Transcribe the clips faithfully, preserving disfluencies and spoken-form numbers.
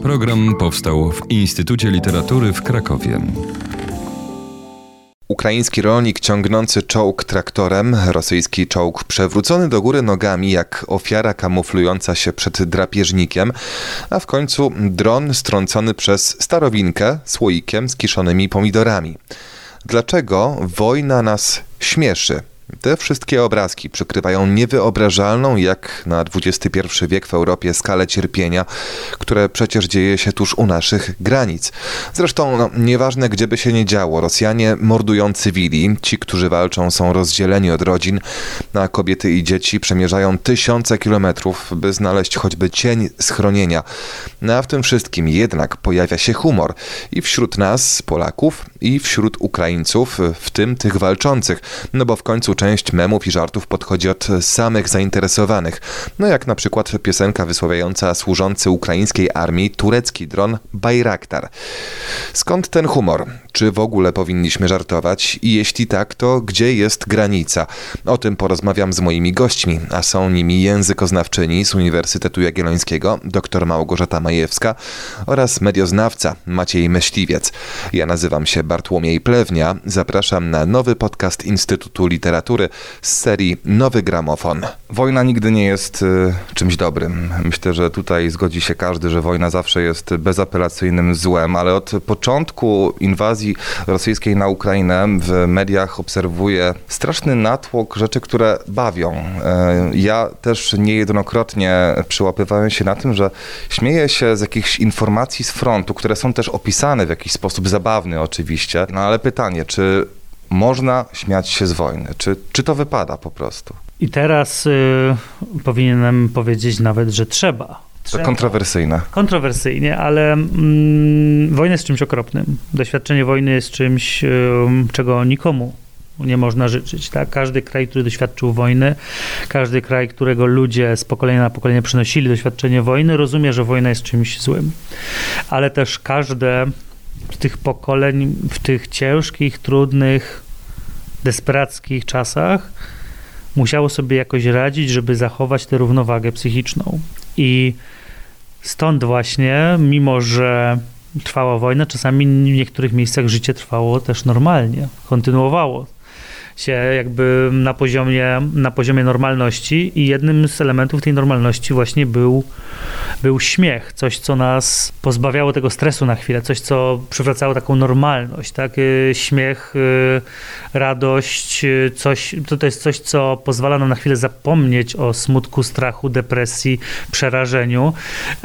Program powstał w Instytucie Literatury w Krakowie. Ukraiński rolnik ciągnący czołg traktorem, rosyjski czołg przewrócony do góry nogami jak ofiara kamuflująca się przed drapieżnikiem, a w końcu dron strącony przez starowinkę słoikiem z kiszonymi pomidorami. Dlaczego wojna nas śmieszy? Te wszystkie obrazki przykrywają niewyobrażalną jak na dwudziesty pierwszy wiek w Europie skalę cierpienia, które przecież dzieje się tuż u naszych granic. Zresztą no, nieważne gdzie by się nie działo, Rosjanie mordują cywili, ci, którzy walczą są rozdzieleni od rodzin, a kobiety i dzieci przemierzają tysiące kilometrów, by znaleźć choćby cień schronienia. No a w tym wszystkim jednak pojawia się humor i wśród nas, Polaków, i wśród Ukraińców, w tym tych walczących, no bo w końcu część memów i żartów podchodzi od samych zainteresowanych. No jak na przykład piosenka wysławiająca służący ukraińskiej armii turecki dron Bayraktar. Skąd ten humor? Czy w ogóle powinniśmy żartować? I jeśli tak, to gdzie jest granica? O tym porozmawiam z moimi gośćmi, a są nimi językoznawczyni z Uniwersytetu Jagiellońskiego, dr Małgorzata Majewska oraz medioznawca Maciej Myśliwiec. Ja nazywam się Bartłomiej Plewnia. Zapraszam na nowy podcast Instytutu Literatury z serii Nowy Gramofon. Wojna nigdy nie jest y, czymś dobrym. Myślę, że tutaj zgodzi się każdy, że wojna zawsze jest bezapelacyjnym złem, ale od początku inwazji rosyjskiej na Ukrainę w mediach obserwuję straszny natłok rzeczy, które bawią. Y, ja też niejednokrotnie przyłapywałem się na tym, że śmieję się z jakichś informacji z frontu, które są też opisane w jakiś sposób zabawny oczywiście, no ale pytanie, czy można śmiać się z wojny? Czy, czy to wypada po prostu? I teraz y, powinienem powiedzieć nawet, że trzeba. trzeba. To kontrowersyjne. Kontrowersyjnie, ale mm, wojna jest czymś okropnym. Doświadczenie wojny jest czymś, y, czego nikomu nie można życzyć. Tak? Każdy kraj, który doświadczył wojny, każdy kraj, którego ludzie z pokolenia na pokolenie przynosili doświadczenie wojny, rozumie, że wojna jest czymś złym. Ale też każde z tych pokoleń w tych ciężkich, trudnych, desperackich czasach musiało sobie jakoś radzić, żeby zachować tę równowagę psychiczną. I stąd właśnie, mimo że trwała wojna, czasami w niektórych miejscach życie trwało też normalnie, kontynuowało się jakby na poziomie, na poziomie normalności i jednym z elementów tej normalności właśnie był, był śmiech, coś, co nas pozbawiało tego stresu na chwilę, coś, co przywracało taką normalność, tak? Śmiech, radość, coś, to, to jest coś, co pozwala nam na chwilę zapomnieć o smutku, strachu, depresji, przerażeniu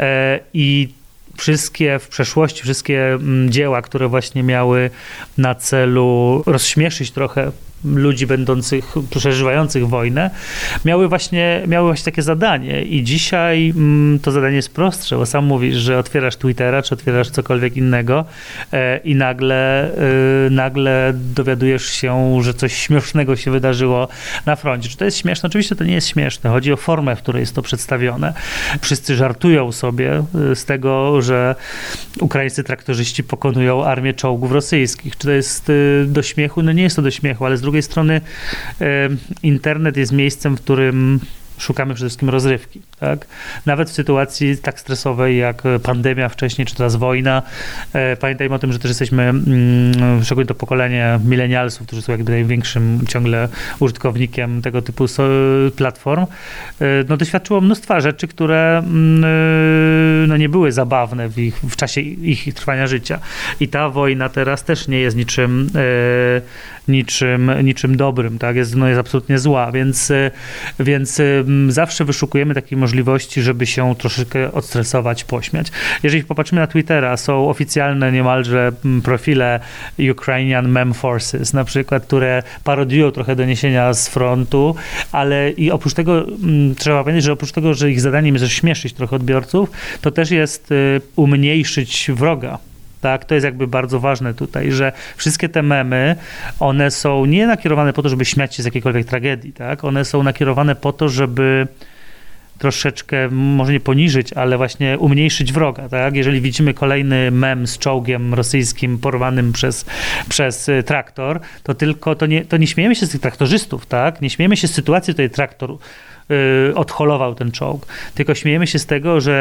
i wszystkie w przeszłości, wszystkie dzieła, które właśnie miały na celu rozśmieszyć trochę ludzi będących, przeżywających wojnę, miały właśnie, miały właśnie takie zadanie i dzisiaj mm, to zadanie jest prostsze, bo sam mówisz, że otwierasz Twittera, czy otwierasz cokolwiek innego e, i nagle, e, nagle dowiadujesz się, że coś śmiesznego się wydarzyło na froncie. Czy to jest śmieszne? Oczywiście to nie jest śmieszne. Chodzi o formę, w której jest to przedstawione. Wszyscy żartują sobie z tego, że ukraińscy traktorzyści pokonują armię czołgów rosyjskich. Czy to jest e, do śmiechu? No nie jest to do śmiechu, ale z drugiej strony e, internet jest miejscem, w którym szukamy przede wszystkim rozrywki, tak? Nawet w sytuacji tak stresowej jak pandemia wcześniej, czy teraz wojna. E, pamiętajmy o tym, że też jesteśmy, mm, szczególnie to pokolenie milenialsów, którzy są jakby największym ciągle użytkownikiem tego typu so, platform, e, no doświadczyło mnóstwa rzeczy, które mm, no nie były zabawne w, ich, w czasie ich trwania życia. I ta wojna teraz też nie jest niczym e, niczym, niczym dobrym, tak? Jest, no jest absolutnie zła, więc, więc zawsze wyszukujemy takiej możliwości, żeby się troszeczkę odstresować, pośmiać. Jeżeli popatrzymy na Twittera, są oficjalne niemalże profile Ukrainian Meme Forces, na przykład, które parodiują trochę doniesienia z frontu, ale i oprócz tego m, trzeba pamiętać, że oprócz tego, że ich zadaniem jest śmieszyć trochę odbiorców, to też jest y, umniejszyć wroga. Tak, to jest jakby bardzo ważne tutaj, że wszystkie te memy, one są nie nakierowane po to, żeby śmiać się z jakiejkolwiek tragedii, tak? One są nakierowane po to, żeby troszeczkę, może nie poniżyć, ale właśnie umniejszyć wroga, tak? Jeżeli widzimy kolejny mem z czołgiem rosyjskim porwanym przez, przez traktor, to tylko, to nie, to nie śmiejemy się z tych traktorzystów, tak? Nie śmiejemy się z sytuacji, w której traktor yy, odholował ten czołg, tylko śmiejemy się z tego, że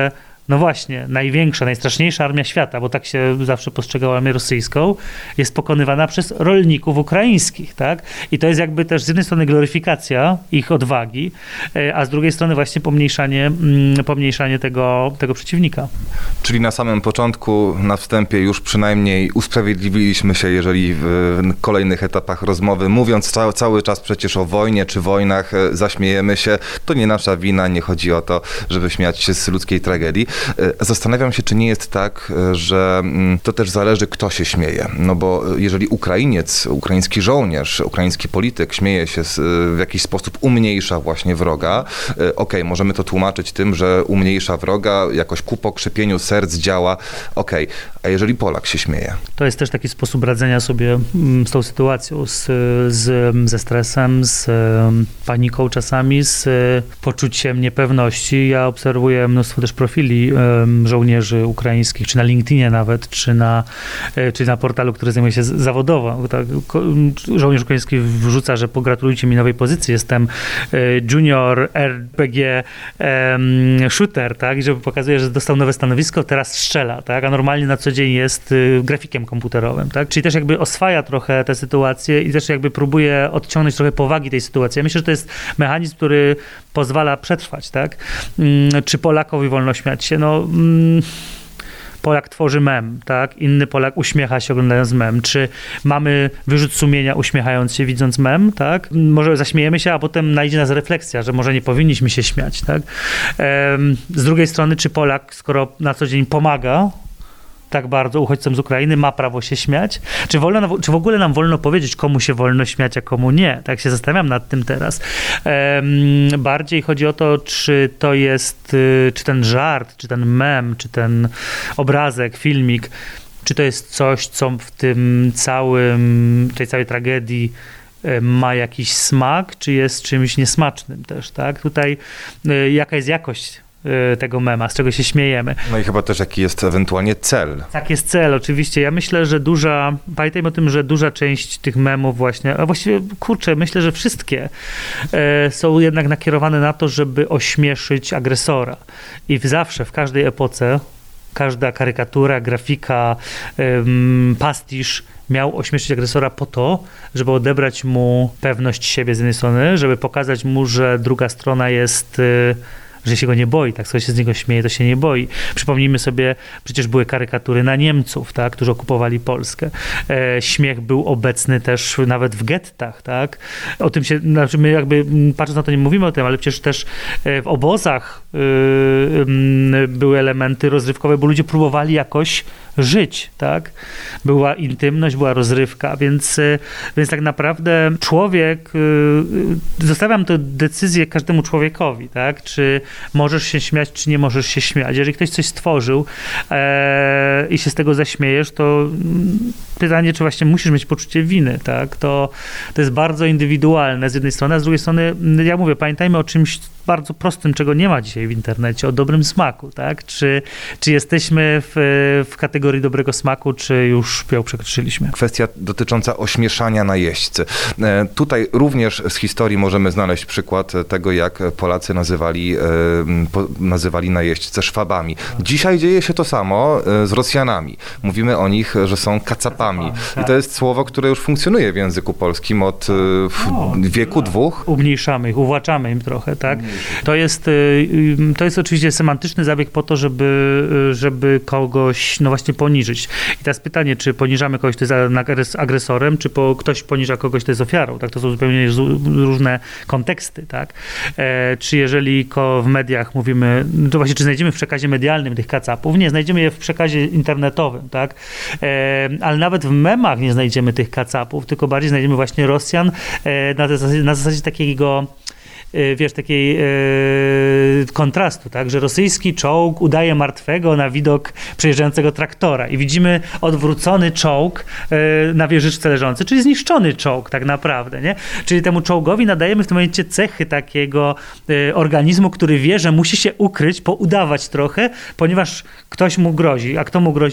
no właśnie, największa, najstraszniejsza armia świata, bo tak się zawsze postrzegała armię rosyjską, jest pokonywana przez rolników ukraińskich, tak? I to jest jakby też z jednej strony gloryfikacja ich odwagi, a z drugiej strony właśnie pomniejszanie, pomniejszanie tego, tego przeciwnika. Czyli na samym początku, na wstępie już przynajmniej usprawiedliwiliśmy się, jeżeli w kolejnych etapach rozmowy, mówiąc cały, cały czas przecież o wojnie czy wojnach, zaśmiejemy się, to nie nasza wina, nie chodzi o to, żeby śmiać się z ludzkiej tragedii. Zastanawiam się, czy nie jest tak, że to też zależy, kto się śmieje. No bo jeżeli Ukrainiec, ukraiński żołnierz, ukraiński polityk śmieje się, z, w jakiś sposób umniejsza właśnie wroga, okej, okay, możemy to tłumaczyć tym, że umniejsza wroga, jakoś ku pokrzepieniu serc działa, okej, okay. A jeżeli Polak się śmieje? To jest też taki sposób radzenia sobie z tą sytuacją, z, z, ze stresem, z paniką czasami, z poczuciem niepewności. Ja obserwuję mnóstwo też profili żołnierzy ukraińskich, czy na LinkedInie nawet, czy na, czy na portalu, który zajmuje się zawodowo. Tak, żołnierz ukraiński wrzuca, że pogratulujcie mi nowej pozycji, jestem junior R P G um, shooter, tak, i żeby pokazuje, że dostał nowe stanowisko, teraz strzela, tak, a normalnie na co dzień jest y, grafikiem komputerowym, tak, czyli też jakby oswaja trochę tę sytuację i też jakby próbuje odciągnąć trochę powagi tej sytuacji. Ja myślę, że to jest mechanizm, który pozwala przetrwać, tak. Mm, czy Polakowi wolno śmiać się? No... Mm, Polak tworzy mem, tak? Inny Polak uśmiecha się oglądając mem. Czy mamy wyrzut sumienia uśmiechając się, widząc mem, tak? Może zaśmiejemy się, a potem najdzie nas refleksja, że może nie powinniśmy się śmiać, tak? Z drugiej strony, czy Polak, skoro na co dzień pomaga tak bardzo uchodźcom z Ukrainy, ma prawo się śmiać? Czy, wolno, czy w ogóle nam wolno powiedzieć, komu się wolno śmiać, a komu nie? Tak się zastanawiam nad tym teraz. Um, bardziej chodzi o to, czy to jest, czy ten żart, czy ten mem, czy ten obrazek, filmik, czy to jest coś, co w tym całym, tej całej tragedii ma jakiś smak, czy jest czymś niesmacznym też, tak? Tutaj y, jaka jest jakość tego mema, z czego się śmiejemy. No i chyba też jaki jest ewentualnie cel. Tak, jest cel, oczywiście. Ja myślę, że duża, pamiętajmy o tym, że duża część tych memów właśnie, a właściwie, kurczę, myślę, że wszystkie e, są jednak nakierowane na to, żeby ośmieszyć agresora. I w zawsze, w każdej epoce, każda karykatura, grafika, ym, pastisz miał ośmieszyć agresora po to, żeby odebrać mu pewność siebie z jednej strony, żeby pokazać mu, że druga strona jest... Y, że się go nie boi, tak, co się z niego śmieje, to się nie boi. Przypomnijmy sobie, przecież były karykatury na Niemców, tak, którzy okupowali Polskę. E, śmiech był obecny też nawet w gettach, tak. O tym się, znaczy my jakby, patrząc na to, nie mówimy o tym, ale przecież też w obozach y, y, były elementy rozrywkowe, bo ludzie próbowali jakoś żyć, tak. Była intymność, była rozrywka, więc, więc tak naprawdę człowiek, y, zostawiam tę decyzję każdemu człowiekowi, tak, czy możesz się śmiać, czy nie możesz się śmiać. Jeżeli ktoś coś stworzył e, i się z tego zaśmiejesz, to pytanie, czy właśnie musisz mieć poczucie winy, tak? To, to jest bardzo indywidualne z jednej strony, a z drugiej strony, ja mówię, pamiętajmy o czymś bardzo prostym, czego nie ma dzisiaj w internecie, o dobrym smaku, tak? Czy, czy jesteśmy w, w kategorii dobrego smaku, czy już ją przekroczyliśmy? Kwestia dotycząca ośmieszania najeźdźcy. E, tutaj również z historii możemy znaleźć przykład tego, jak Polacy nazywali, e, po, nazywali najeźdźcę Szwabami. Dzisiaj dzieje się to samo e, z Rosjanami. Mówimy o nich, że są kacapami. I to jest słowo, które już funkcjonuje w języku polskim od o, wieku dwóch. Umniejszamy ich, uwłaczamy im trochę, tak? To jest, to jest oczywiście semantyczny zabieg po to, żeby, żeby kogoś, no właśnie, poniżyć. I teraz pytanie, czy poniżamy kogoś, kto jest agresorem, czy po, ktoś poniża kogoś, kto jest ofiarą, tak? To są zupełnie różne konteksty, tak? E, czy jeżeli ko w mediach mówimy, to właśnie, czy znajdziemy w przekazie medialnym tych kacapów? Nie, znajdziemy je w przekazie internetowym, tak? E, ale nawet w memach nie znajdziemy tych kacapów, tylko bardziej znajdziemy właśnie Rosjan e, na, zasadzie, na zasadzie takiego, wiesz, takiej e, kontrastu, tak, że rosyjski czołg udaje martwego na widok przejeżdżającego traktora i widzimy odwrócony czołg e, na wieżyczce leżący, czyli zniszczony czołg tak naprawdę, nie? Czyli temu czołgowi nadajemy w tym momencie cechy takiego e, organizmu, który wie, że musi się ukryć, poudawać trochę, ponieważ ktoś mu grozi. A kto mu grozi?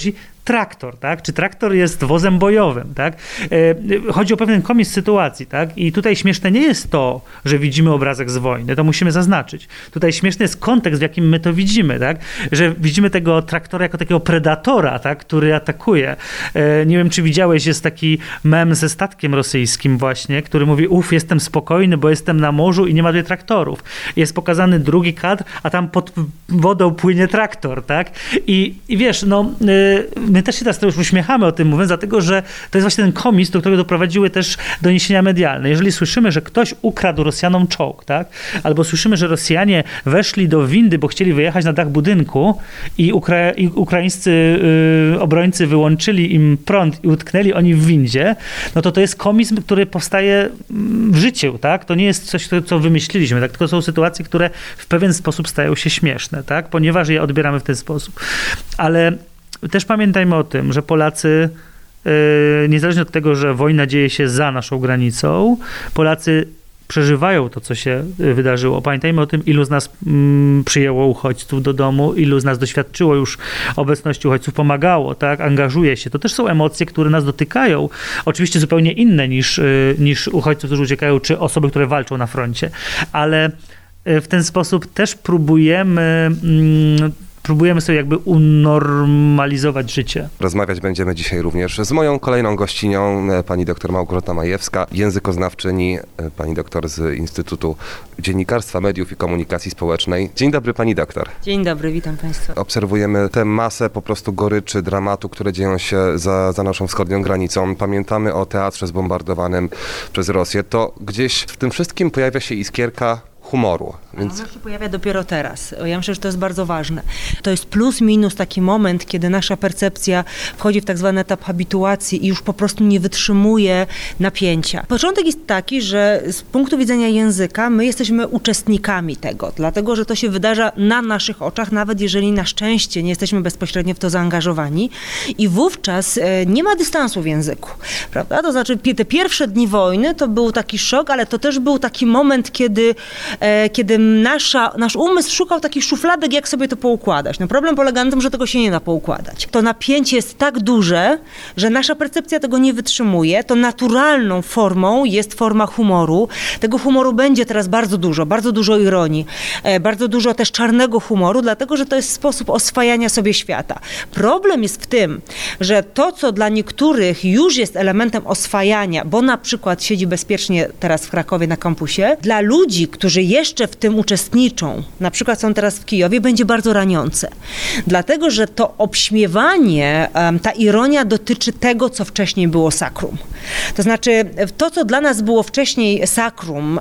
traktor, tak? Czy traktor jest wozem bojowym, tak? Chodzi o pewien komizm sytuacji, tak? I tutaj śmieszne nie jest to, że widzimy obrazek z wojny, to musimy zaznaczyć. Tutaj śmieszny jest kontekst, w jakim my to widzimy, tak? Że widzimy tego traktora jako takiego predatora, tak? Który atakuje. Nie wiem, czy widziałeś, jest taki mem ze statkiem rosyjskim właśnie, który mówi, uf, jestem spokojny, bo jestem na morzu i nie ma tutaj traktorów. Jest pokazany drugi kadr, a tam pod wodą płynie traktor, tak? I, i wiesz, no, my też się teraz już uśmiechamy o tym mówiąc, dlatego, że to jest właśnie ten komizm, do którego doprowadziły też doniesienia medialne. Jeżeli słyszymy, że ktoś ukradł Rosjanom czołg, tak? Albo słyszymy, że Rosjanie weszli do windy, bo chcieli wyjechać na dach budynku i, ukra i ukraińscy yy, obrońcy wyłączyli im prąd i utknęli oni w windzie, no to to jest komizm, który powstaje w życiu, tak? To nie jest coś, co wymyśliliśmy, tak? Tylko są sytuacje, które w pewien sposób stają się śmieszne, tak? Ponieważ je odbieramy w ten sposób. Ale też pamiętajmy o tym, że Polacy, yy, niezależnie od tego, że wojna dzieje się za naszą granicą, Polacy przeżywają to, co się wydarzyło. Pamiętajmy o tym, ilu z nas mm, przyjęło uchodźców do domu, ilu z nas doświadczyło już obecności uchodźców, pomagało, tak, angażuje się. To też są emocje, które nas dotykają. Oczywiście zupełnie inne niż, niż uchodźców, którzy uciekają, czy osoby, które walczą na froncie. Ale w ten sposób też próbujemy... Mm, Próbujemy sobie jakby unormalizować życie. Rozmawiać będziemy dzisiaj również z moją kolejną gościnią, pani doktor Małgorzata Majewska, językoznawczyni, pani doktor z Instytutu Dziennikarstwa, Mediów i Komunikacji Społecznej. Dzień dobry, pani doktor. Dzień dobry, witam państwa. Obserwujemy tę masę po prostu goryczy, dramatu, które dzieją się za, za naszą wschodnią granicą. Pamiętamy o teatrze zbombardowanym przez Rosję. To gdzieś w tym wszystkim pojawia się iskierka humoru. Więc... Ona się pojawia dopiero teraz. Ja myślę, że to jest bardzo ważne. To jest plus minus taki moment, kiedy nasza percepcja wchodzi w tak zwany etap habituacji i już po prostu nie wytrzymuje napięcia. Początek jest taki, że z punktu widzenia języka my jesteśmy uczestnikami tego, dlatego, że to się wydarza na naszych oczach, nawet jeżeli na szczęście nie jesteśmy bezpośrednio w to zaangażowani i wówczas nie ma dystansu w języku, prawda? To znaczy te pierwsze dni wojny to był taki szok, ale to też był taki moment, kiedy kiedy nasza, nasz umysł szukał takich szufladek, jak sobie to poukładać. No problem polega na tym, że tego się nie da poukładać. To napięcie jest tak duże, że nasza percepcja tego nie wytrzymuje. To naturalną formą jest forma humoru. Tego humoru będzie teraz bardzo dużo, bardzo dużo ironii, bardzo dużo też czarnego humoru, dlatego, że to jest sposób oswajania sobie świata. Problem jest w tym, że to, co dla niektórych już jest elementem oswajania, bo na przykład siedzi bezpiecznie teraz w Krakowie na kampusie, dla ludzi, którzy jeszcze w tym uczestniczą, na przykład są teraz w Kijowie, będzie bardzo raniące. Dlatego, że to obśmiewanie, ta ironia dotyczy tego, co wcześniej było sakrum. To znaczy, to, co dla nas było wcześniej sakrum,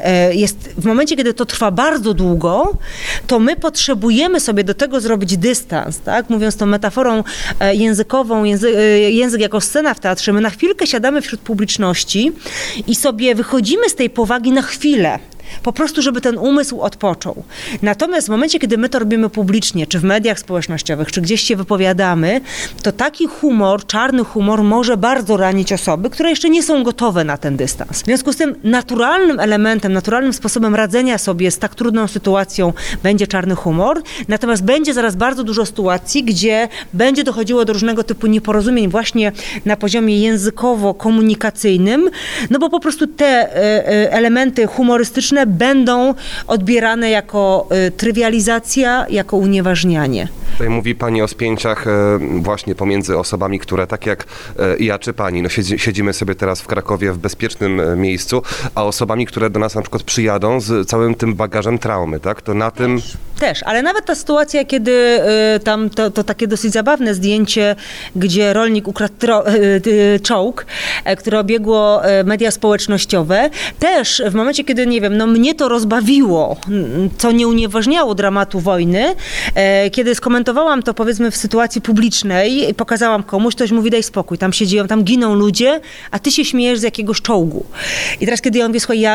jest w momencie, kiedy to trwa bardzo długo, to my potrzebujemy sobie do tego zrobić dystans, tak? Mówiąc tą metaforą językową, język, język jako scena w teatrze, my na chwilkę siadamy wśród publiczności i sobie wychodzimy z tej powagi na chwilę. Po prostu, żeby ten umysł odpoczął. Natomiast w momencie, kiedy my to robimy publicznie, czy w mediach społecznościowych, czy gdzieś się wypowiadamy, to taki humor, czarny humor może bardzo ranić osoby, które jeszcze nie są gotowe na ten dystans. W związku z tym naturalnym elementem, naturalnym sposobem radzenia sobie z tak trudną sytuacją będzie czarny humor, natomiast będzie zaraz bardzo dużo sytuacji, gdzie będzie dochodziło do różnego typu nieporozumień właśnie na poziomie językowo-komunikacyjnym, no bo po prostu te e, elementy humorystyczne będą odbierane jako y, trywializacja, jako unieważnianie. Tutaj mówi pani o spięciach e, właśnie pomiędzy osobami, które tak jak e, ja czy pani, no siedzi, siedzimy sobie teraz w Krakowie w bezpiecznym e, miejscu, a osobami, które do nas na przykład przyjadą z całym tym bagażem traumy, tak? To na tym... Też, też. Ale nawet ta sytuacja, kiedy y, tam to, to takie dosyć zabawne zdjęcie, gdzie rolnik ukradł tro, y, y, czołg, y, które obiegło y, media społecznościowe, też w momencie, kiedy, nie wiem, no mnie to rozbawiło, co nie unieważniało dramatu wojny, y, kiedy skomentowałam to, powiedzmy, w sytuacji publicznej i pokazałam komuś, ktoś mówi, daj spokój, tam się dzieją, tam giną ludzie, a ty się śmiejesz z jakiegoś czołgu. I teraz, kiedy ja mówię, słuchaj, ja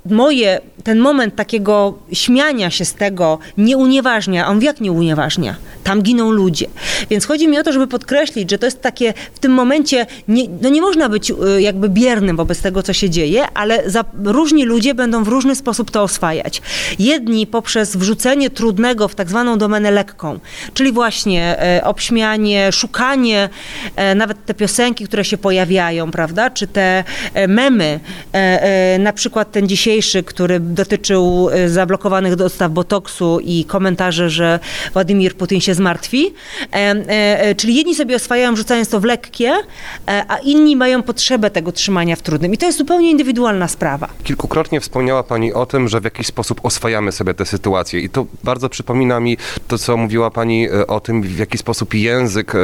moje, ten moment takiego śmiania się z tego nie unieważnia. A on jak nie unieważnia? Tam giną ludzie. Więc chodzi mi o to, żeby podkreślić, że to jest takie w tym momencie, nie, no nie można być jakby biernym wobec tego, co się dzieje, ale za, różni ludzie będą w różny sposób to oswajać. Jedni poprzez wrzucenie trudnego w tak zwaną domenę lekką, czyli właśnie e, obśmianie, szukanie, e, nawet te piosenki, które się pojawiają, prawda, czy te e, memy, e, e, na przykład ten dzisiejszy, który dotyczył e, zablokowanych dostaw botoksu i komentarze, że Władimir Putin się zmartwi, e, e, czyli jedni sobie oswajają, rzucając to w lekkie, e, a inni mają potrzebę tego trzymania w trudnym. I to jest zupełnie indywidualna sprawa. Kilkukrotnie wspomniała Pani o tym, że w jakiś sposób oswajamy sobie tę sytuację i to bardzo przypomina mi to, co mówiła Pani o tym, w jaki sposób język,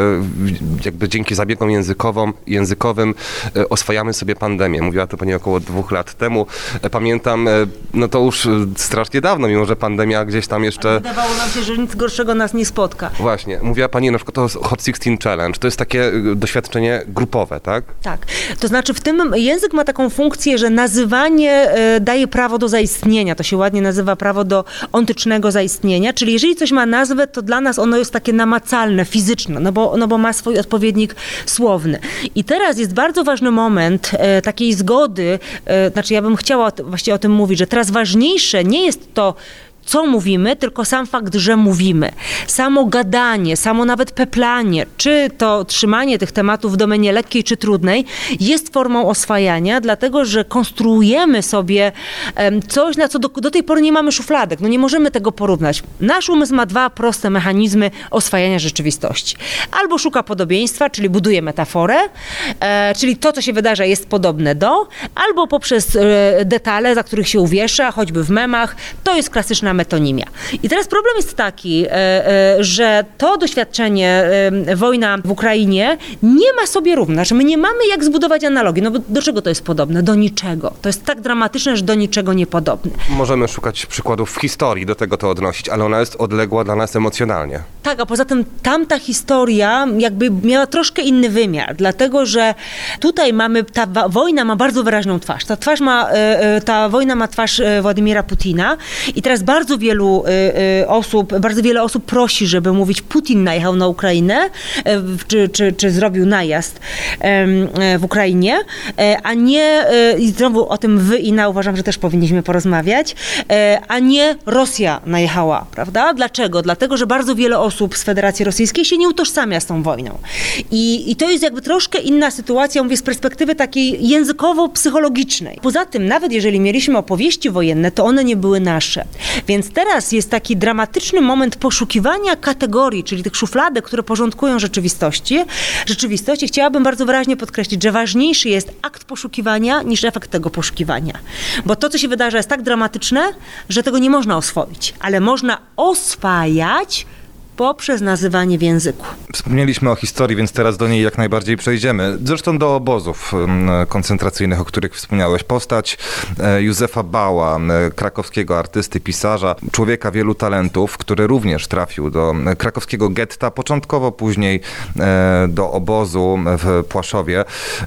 jakby dzięki zabiegom językowym, językowym oswajamy sobie pandemię. Mówiła to Pani około dwóch lat temu. Pamiętam, no to już strasznie dawno, mimo że pandemia gdzieś tam jeszcze... Wydawało nam się, że nic gorszego nas nie spotka. Właśnie. Mówiła Pani na przykład o Hot szesnaście Challenge. To jest takie doświadczenie grupowe, tak? Tak. To znaczy w tym język ma taką funkcję, że nazywanie y, daje prawo do zaistnienia. To się ładnie nazywa prawo do ontycznego zaistnienia. Czyli jeżeli coś ma nazwę, to dla nas ono jest takie namacalne, fizyczne, no bo, no bo ma swój odpowiednik słowny. I teraz jest bardzo ważny moment y, takiej zgody, y, znaczy ja bym chciała właściwie o tym mówić, że teraz ważniejsze nie jest to, co mówimy, tylko sam fakt, że mówimy. Samo gadanie, samo nawet peplanie, czy to trzymanie tych tematów w domenie lekkiej czy trudnej jest formą oswajania, dlatego że konstruujemy sobie coś, na co do, do tej pory nie mamy szufladek. No nie możemy tego porównać. Nasz umysł ma dwa proste mechanizmy oswajania rzeczywistości. Albo szuka podobieństwa, czyli buduje metaforę, e, czyli to, co się wydarza, jest podobne do, albo poprzez e, detale, za których się uwiesza, choćby w memach, to jest klasyczna metonimia. I teraz problem jest taki, że to doświadczenie, wojna w Ukrainie nie ma sobie równa. Znaczy my nie mamy jak zbudować analogii. No bo do czego to jest podobne? Do niczego. To jest tak dramatyczne, że do niczego niepodobne. Możemy szukać przykładów w historii, do tego to odnosić, ale ona jest odległa dla nas emocjonalnie. Tak, a poza tym tamta historia jakby miała troszkę inny wymiar, dlatego że tutaj mamy, ta wojna ma bardzo wyraźną twarz. Ta twarz ma, ta wojna ma twarz Władimira Putina i teraz bardzo Bardzo wielu y, y, osób, bardzo wiele osób prosi, żeby mówić Putin najechał na Ukrainę, y, czy, czy, czy zrobił najazd y, y, w Ukrainie, y, a nie, y, i znowu o tym wy i na uważam, że też powinniśmy porozmawiać, y, a nie Rosja najechała, prawda? Dlaczego? Dlatego, że bardzo wiele osób z Federacji Rosyjskiej się nie utożsamia z tą wojną. I, i to jest jakby troszkę inna sytuacja, mówię, z perspektywy takiej językowo-psychologicznej. Poza tym, nawet jeżeli mieliśmy opowieści wojenne, to one nie były nasze. Więc teraz jest taki dramatyczny moment poszukiwania kategorii, czyli tych szufladek, które porządkują rzeczywistości. Rzeczywistość. I chciałabym bardzo wyraźnie podkreślić, że ważniejszy jest akt poszukiwania niż efekt tego poszukiwania. Bo to, co się wydarza, jest tak dramatyczne, że tego nie można oswoić. Ale można oswajać poprzez nazywanie w języku. Wspomnieliśmy o historii, więc teraz do niej jak najbardziej przejdziemy. Zresztą do obozów koncentracyjnych, o których wspomniałeś. Postać Józefa Bała, krakowskiego artysty, pisarza, człowieka wielu talentów, który również trafił do krakowskiego getta, początkowo później do obozu w Płaszowie.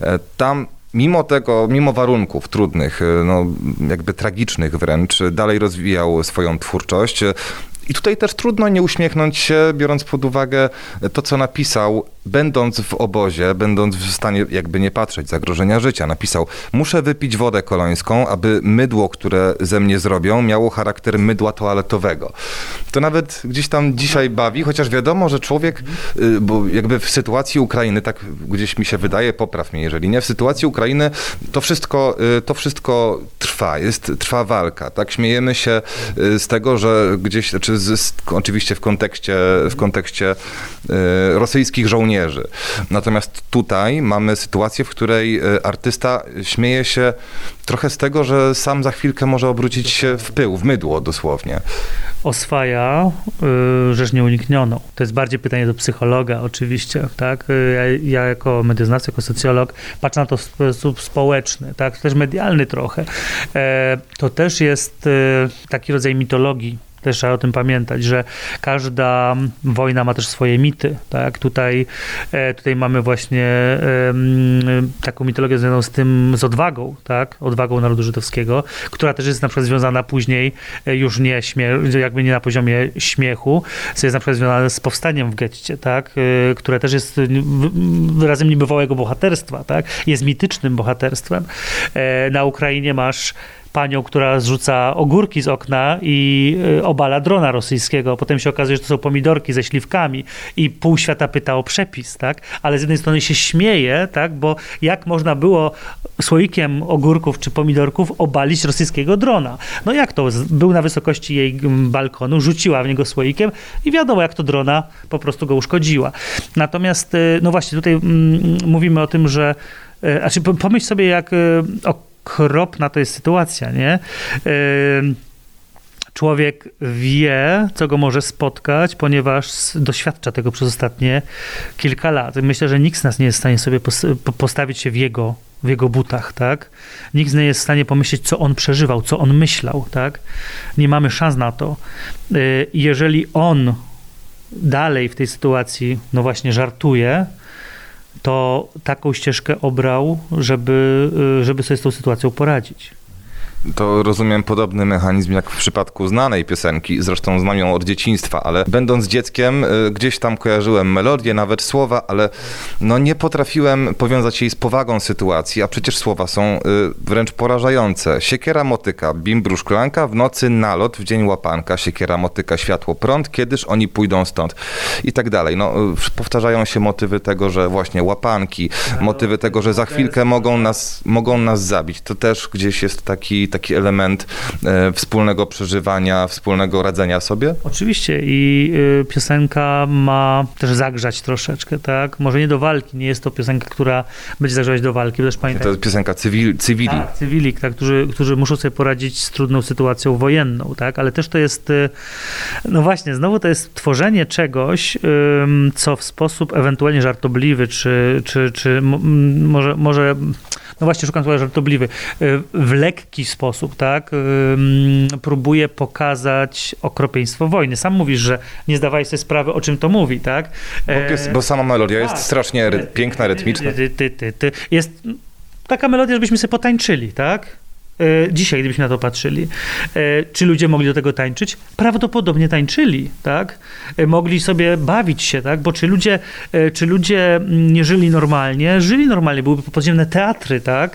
Tam mimo tego, mimo warunków trudnych, no jakby tragicznych wręcz, dalej rozwijał swoją twórczość. I tutaj też trudno nie uśmiechnąć się, biorąc pod uwagę to, co napisał, będąc w obozie, będąc w stanie jakby nie patrzeć, zagrożenia życia. Napisał: muszę wypić wodę kolońską, aby mydło, które ze mnie zrobią, miało charakter mydła toaletowego. To nawet gdzieś tam dzisiaj bawi, chociaż wiadomo, że człowiek, bo jakby w sytuacji Ukrainy, tak gdzieś mi się wydaje, popraw mnie, jeżeli nie, w sytuacji Ukrainy to wszystko, to wszystko trwa, jest, trwa walka, tak? Śmiejemy się z tego, że gdzieś, czy z, oczywiście w kontekście, w kontekście rosyjskich żołnierzy. Natomiast tutaj mamy sytuację, w której artysta śmieje się trochę z tego, że sam za chwilkę może obrócić się w pył, w mydło dosłownie. Oswaja y, rzecz nieuniknioną. To jest bardziej pytanie do psychologa oczywiście, tak? Ja, ja jako medioznawca, jako socjolog patrzę na to w sposób społeczny, tak? Też medialny trochę. E, to też jest e, taki rodzaj mitologii, Też trzeba o tym pamiętać, że każda wojna ma też swoje mity, tak? Tutaj, tutaj mamy właśnie taką mitologię związaną z tym, z odwagą, tak? Odwagą narodu żydowskiego, która też jest na przykład związana później już nie śmie- jakby nie na poziomie śmiechu, co jest na przykład związane z powstaniem w getcie, tak? Które też jest wyrazem niebywałego bohaterstwa, tak? Jest mitycznym bohaterstwem. Na Ukrainie masz panią, która zrzuca ogórki z okna i obala drona rosyjskiego. Potem się okazuje, że to są pomidorki ze śliwkami i pół świata pyta o przepis, tak? Ale z jednej strony się śmieje, tak? Bo jak można było słoikiem ogórków czy pomidorków obalić rosyjskiego drona? No jak to? Był na wysokości jej balkonu, rzuciła w niego słoikiem i wiadomo, jak to drona po prostu go uszkodziła. Natomiast, no właśnie, tutaj mm, mówimy o tym, że znaczy pomyśl sobie, jak o okropna to jest sytuacja, nie? Człowiek wie, co go może spotkać, ponieważ doświadcza tego przez ostatnie kilka lat. Myślę, że nikt z nas nie jest w stanie sobie postawić się w jego, w jego butach, tak? Nikt nie jest w stanie pomyśleć, co on przeżywał, co on myślał, tak? Nie mamy szans na to. Jeżeli on dalej w tej sytuacji, no właśnie, żartuje, to taką ścieżkę obrał, żeby, żeby sobie z tą sytuacją poradzić. To rozumiem podobny mechanizm jak w przypadku znanej piosenki, zresztą znam ją od dzieciństwa, ale będąc dzieckiem gdzieś tam kojarzyłem melodię, nawet słowa, ale no nie potrafiłem powiązać jej z powagą sytuacji, a przecież słowa są wręcz porażające. Siekiera, motyka, bimbru, szklanka, w nocy nalot, w dzień łapanka, siekiera, motyka, światło, prąd, kiedyż oni pójdą stąd i tak dalej. No, powtarzają się motywy tego, że właśnie łapanki, motywy tego, że za chwilkę mogą nas, mogą nas zabić. To też gdzieś jest taki taki element e, wspólnego przeżywania, wspólnego radzenia sobie? Oczywiście i y, piosenka ma też zagrzać troszeczkę, tak? Może nie do walki, nie jest to piosenka, która będzie zagrzewać do walki, bo też pamiętaj. To jest piosenka cywil, cywili. Tak, cywili, tak, którzy, którzy muszą sobie poradzić z trudną sytuacją wojenną, tak? Ale też to jest, y, no właśnie, znowu to jest tworzenie czegoś, y, co w sposób ewentualnie żartobliwy, czy, czy, czy m, może, może no właśnie, szukam słowa żartobliwy, w lekki sposób, tak, próbuje pokazać okropieństwo wojny. Sam mówisz, że nie zdawałeś sobie sprawy, o czym to mówi, tak? Bo, jest, bo sama melodia jest tak, strasznie ry- piękna, rytmiczna. Ty, ty, ty, ty. Jest taka melodia, żebyśmy sobie potańczyli, tak? Dzisiaj, gdybyśmy na to patrzyli. Czy ludzie mogli do tego tańczyć? Prawdopodobnie tańczyli, tak? Mogli sobie bawić się, tak? Bo czy ludzie, czy ludzie nie żyli normalnie? Żyli normalnie. Były podziemne teatry, tak?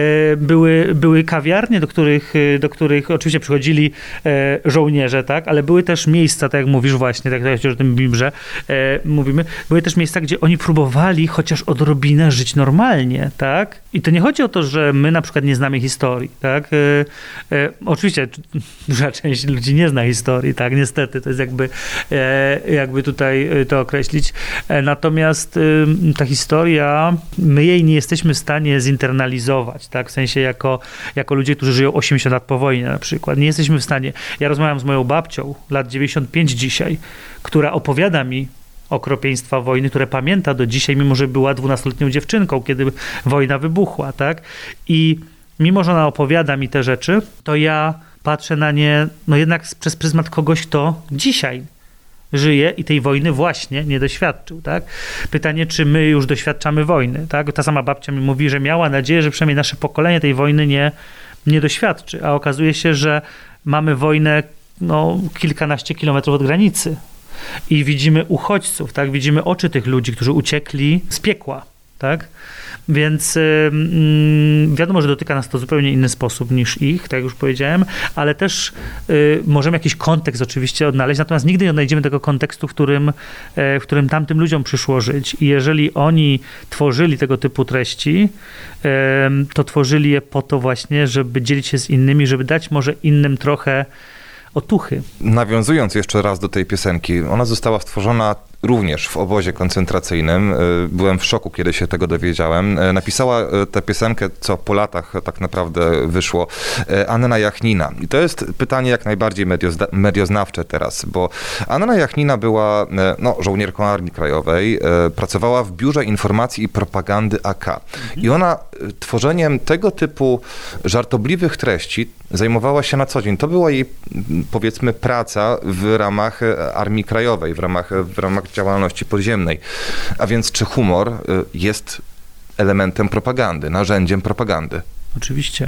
Były, były kawiarnie, do których, do których oczywiście przychodzili żołnierze, tak? Ale były też miejsca, tak jak mówisz właśnie, tak jak o tym Bimbrze mówimy, były też miejsca, gdzie oni próbowali chociaż odrobinę żyć normalnie, tak? I to nie chodzi o to, że my na przykład nie znamy historii, tak? Tak? E, e, oczywiście duża część ludzi nie zna historii, tak? Niestety, to jest jakby, e, jakby tutaj to określić. E, natomiast e, ta historia, my jej nie jesteśmy w stanie zinternalizować, tak? W sensie jako, jako ludzie, którzy żyją osiemdziesiąt lat po wojnie na przykład. Nie jesteśmy w stanie. Ja rozmawiam z moją babcią, lat dziewięćdziesiąt pięć dzisiaj, która opowiada mi okropieństwa wojny, które pamięta do dzisiaj, mimo że była dwunastoletnią dziewczynką, kiedy wojna wybuchła, tak? I mimo że ona opowiada mi te rzeczy, to ja patrzę na nie, no jednak przez pryzmat kogoś, kto dzisiaj żyje i tej wojny właśnie nie doświadczył, tak? Pytanie, czy my już doświadczamy wojny, tak? Ta sama babcia mi mówi, że miała nadzieję, że przynajmniej nasze pokolenie tej wojny nie, nie doświadczy, a okazuje się, że mamy wojnę, no, kilkanaście kilometrów od granicy i widzimy uchodźców, tak? Widzimy oczy tych ludzi, którzy uciekli z piekła, tak? Więc yy, wiadomo, że dotyka nas to w zupełnie inny sposób niż ich, tak jak już powiedziałem, ale też yy, możemy jakiś kontekst oczywiście odnaleźć, natomiast nigdy nie odnajdziemy tego kontekstu, w którym, yy, w którym tamtym ludziom przyszło żyć. I jeżeli oni tworzyli tego typu treści, yy, to tworzyli je po to właśnie, żeby dzielić się z innymi, żeby dać może innym trochę otuchy. Nawiązując jeszcze raz do tej piosenki, ona została stworzona również w obozie koncentracyjnym. Byłem w szoku, kiedy się tego dowiedziałem. Napisała tę piosenkę, co po latach tak naprawdę wyszło, Anna Jachnina. I to jest pytanie jak najbardziej mediozna- medioznawcze teraz, bo Anna Jachnina była no, żołnierką Armii Krajowej, pracowała w Biurze Informacji i Propagandy A K. I ona tworzeniem tego typu żartobliwych treści zajmowała się na co dzień. To była jej, powiedzmy, praca w ramach Armii Krajowej, w ramach, w ramach działalności podziemnej. A więc czy humor jest elementem propagandy, narzędziem propagandy? Oczywiście.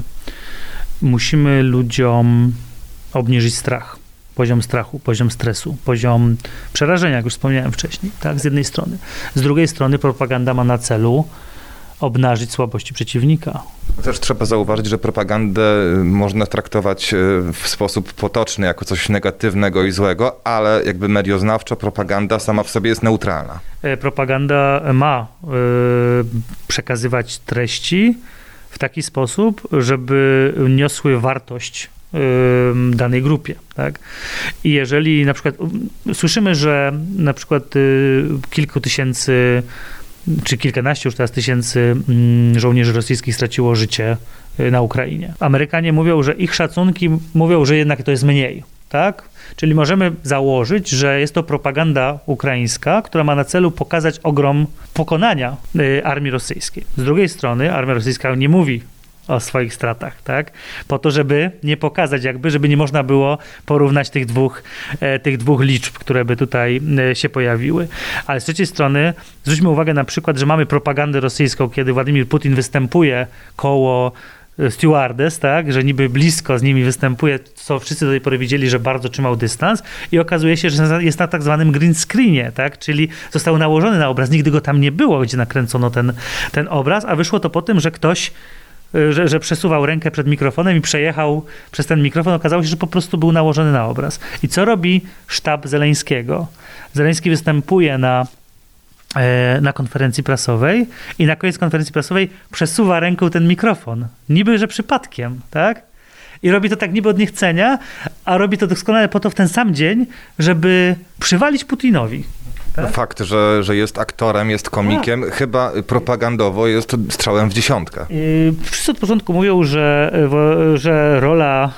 Musimy ludziom obniżyć strach. Poziom strachu, poziom stresu, poziom przerażenia, jak już wspomniałem wcześniej, tak, z jednej strony. Z drugiej strony propaganda ma na celu obnażyć słabości przeciwnika. Też trzeba zauważyć, że propagandę można traktować w sposób potoczny, jako coś negatywnego i złego, ale jakby medioznawczo propaganda sama w sobie jest neutralna. Propaganda ma y, przekazywać treści w taki sposób, żeby niosły wartość y, danej grupie, tak? I jeżeli na przykład y, słyszymy, że na przykład y, kilku tysięcy czy kilkanaście już teraz tysięcy żołnierzy rosyjskich straciło życie na Ukrainie. Amerykanie mówią, że ich szacunki mówią, że jednak to jest mniej, tak? Czyli możemy założyć, że jest to propaganda ukraińska, która ma na celu pokazać ogrom pokonania armii rosyjskiej. Z drugiej strony armia rosyjska nie mówi o swoich stratach, tak? Po to, żeby nie pokazać jakby, żeby nie można było porównać tych dwóch, e, tych dwóch liczb, które by tutaj e, się pojawiły. Ale z trzeciej strony zwróćmy uwagę na przykład, że mamy propagandę rosyjską, kiedy Władimir Putin występuje koło stewardess, tak, że niby blisko z nimi występuje, co wszyscy do tej pory widzieli, że bardzo trzymał dystans i okazuje się, że jest na tak zwanym green screenie, tak, czyli został nałożony na obraz, nigdy go tam nie było, gdzie nakręcono ten, ten obraz, a wyszło to po tym, że ktoś Że, że przesuwał rękę przed mikrofonem i przejechał przez ten mikrofon. Okazało się, że po prostu był nałożony na obraz. I co robi sztab Zeleńskiego? Zeleński występuje na, e, na konferencji prasowej i na koniec konferencji prasowej przesuwa ręką ten mikrofon. Niby, że przypadkiem, tak? I robi to tak niby od niechcenia, a robi to doskonale po to w ten sam dzień, żeby przywalić Putinowi. Tak? Fakt, że, że jest aktorem, jest komikiem, tak. Chyba propagandowo jest strzałem w dziesiątkę. Wszyscy od początku mówią, że, że rola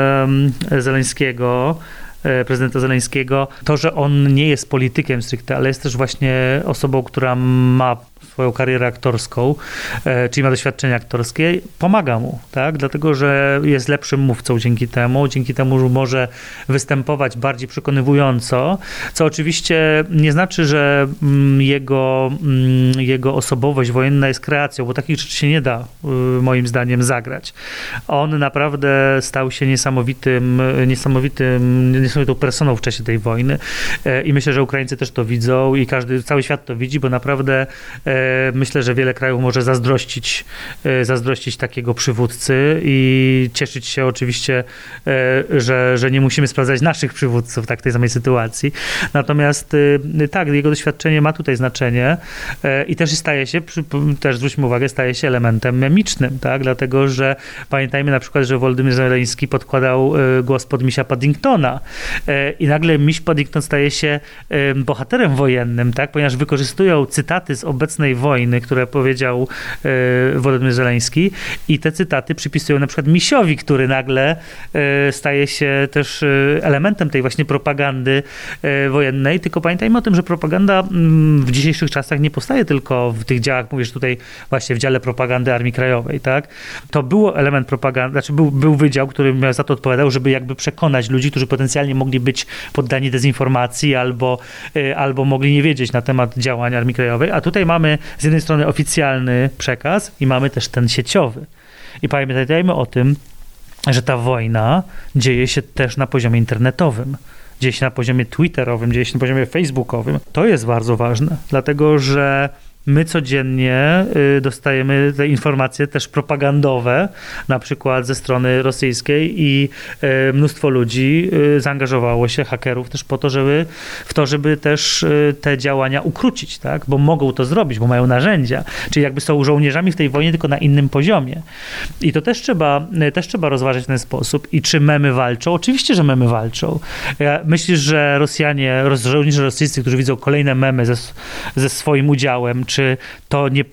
Zeleńskiego, prezydenta Zeleńskiego, to, że on nie jest politykiem stricte, ale jest też właśnie osobą, która ma swoją karierę aktorską, czyli ma doświadczenie aktorskie, pomaga mu, tak? Dlatego, że jest lepszym mówcą dzięki temu, dzięki temu może występować bardziej przekonywująco, co oczywiście nie znaczy, że jego, jego osobowość wojenna jest kreacją, bo takich rzeczy się nie da, moim zdaniem, zagrać. On naprawdę stał się niesamowitym, niesamowitym, niesamowitą personą w czasie tej wojny i myślę, że Ukraińcy też to widzą i każdy, cały świat to widzi, bo naprawdę myślę, że wiele krajów może zazdrościć, zazdrościć takiego przywódcy i cieszyć się oczywiście, że, że nie musimy sprawdzać naszych przywódców tak, w tej samej sytuacji. Natomiast tak, jego doświadczenie ma tutaj znaczenie i też staje się, też zwróćmy uwagę, staje się elementem memicznym, tak? Dlatego, że pamiętajmy na przykład, że Wołodymyr Zeleński podkładał głos pod misia Paddingtona i nagle miś Paddington staje się bohaterem wojennym, tak? Ponieważ wykorzystują cytaty z obecnej wojny, które powiedział e, Wołodymyr Zeleński i te cytaty przypisują na przykład misiowi, który nagle e, staje się też e, elementem tej właśnie propagandy e, wojennej, tylko pamiętajmy o tym, że propaganda m, w dzisiejszych czasach nie powstaje tylko w tych działach, mówisz tutaj właśnie w dziale propagandy Armii Krajowej, tak? To było element propagandy, znaczy był, był wydział, który za to odpowiadał, żeby jakby przekonać ludzi, którzy potencjalnie mogli być poddani dezinformacji albo, e, albo mogli nie wiedzieć na temat działań Armii Krajowej, a tutaj mamy z jednej strony oficjalny przekaz i mamy też ten sieciowy. I pamiętajmy o tym, że ta wojna dzieje się też na poziomie internetowym. Dzieje się na poziomie twitterowym, dzieje się na poziomie facebookowym. To jest bardzo ważne, dlatego że My codziennie y, dostajemy te informacje też propagandowe, na przykład ze strony rosyjskiej i y, mnóstwo ludzi y, zaangażowało się, hakerów też po to, żeby w to, żeby też y, te działania ukrócić, tak? Bo mogą to zrobić, bo mają narzędzia, czyli jakby są żołnierzami w tej wojnie, tylko na innym poziomie. I to też trzeba, y, też trzeba rozważyć w ten sposób. I czy memy walczą? Oczywiście, że memy walczą. Ja, myślisz, że Rosjanie, roz, żołnierze rosyjscy, którzy widzą kolejne memy ze, ze swoim udziałem, czy to nie